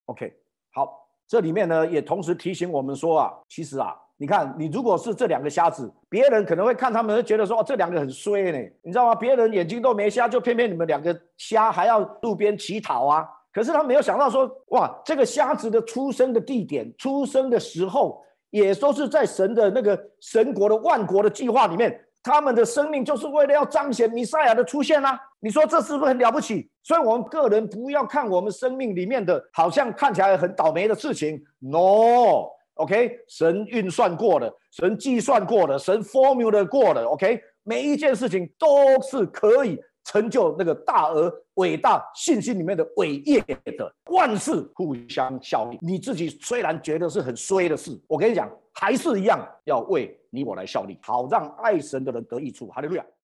OK， 好，这里面呢也同时提醒我们说啊，其实啊，你看你如果是这两个瞎子，别人可能会看他们会觉得说，哦，这两个很衰呢，你知道吗？别人眼睛都没瞎，就偏偏你们两个瞎还要路边乞讨啊。可是他没有想到说，哇，这个瞎子的出生的地点、出生的时候，也都是在神的那个神国的万国的计划里面，他们的生命就是为了要彰显弥赛亚的出现啊！你说这是不是很了不起？所以我们个人不要看我们生命里面的好像看起来很倒霉的事情 ，no。OK， 神运算过了，神计算过了，神 formula 过了 ，OK， 每一件事情都是可以成就那个大而伟大信心里面的伟业的，万事互相效力。你自己虽然觉得是很衰的事，我跟你讲，还是一样要为你我来效力，好让爱神的人得益处。哈利路亚。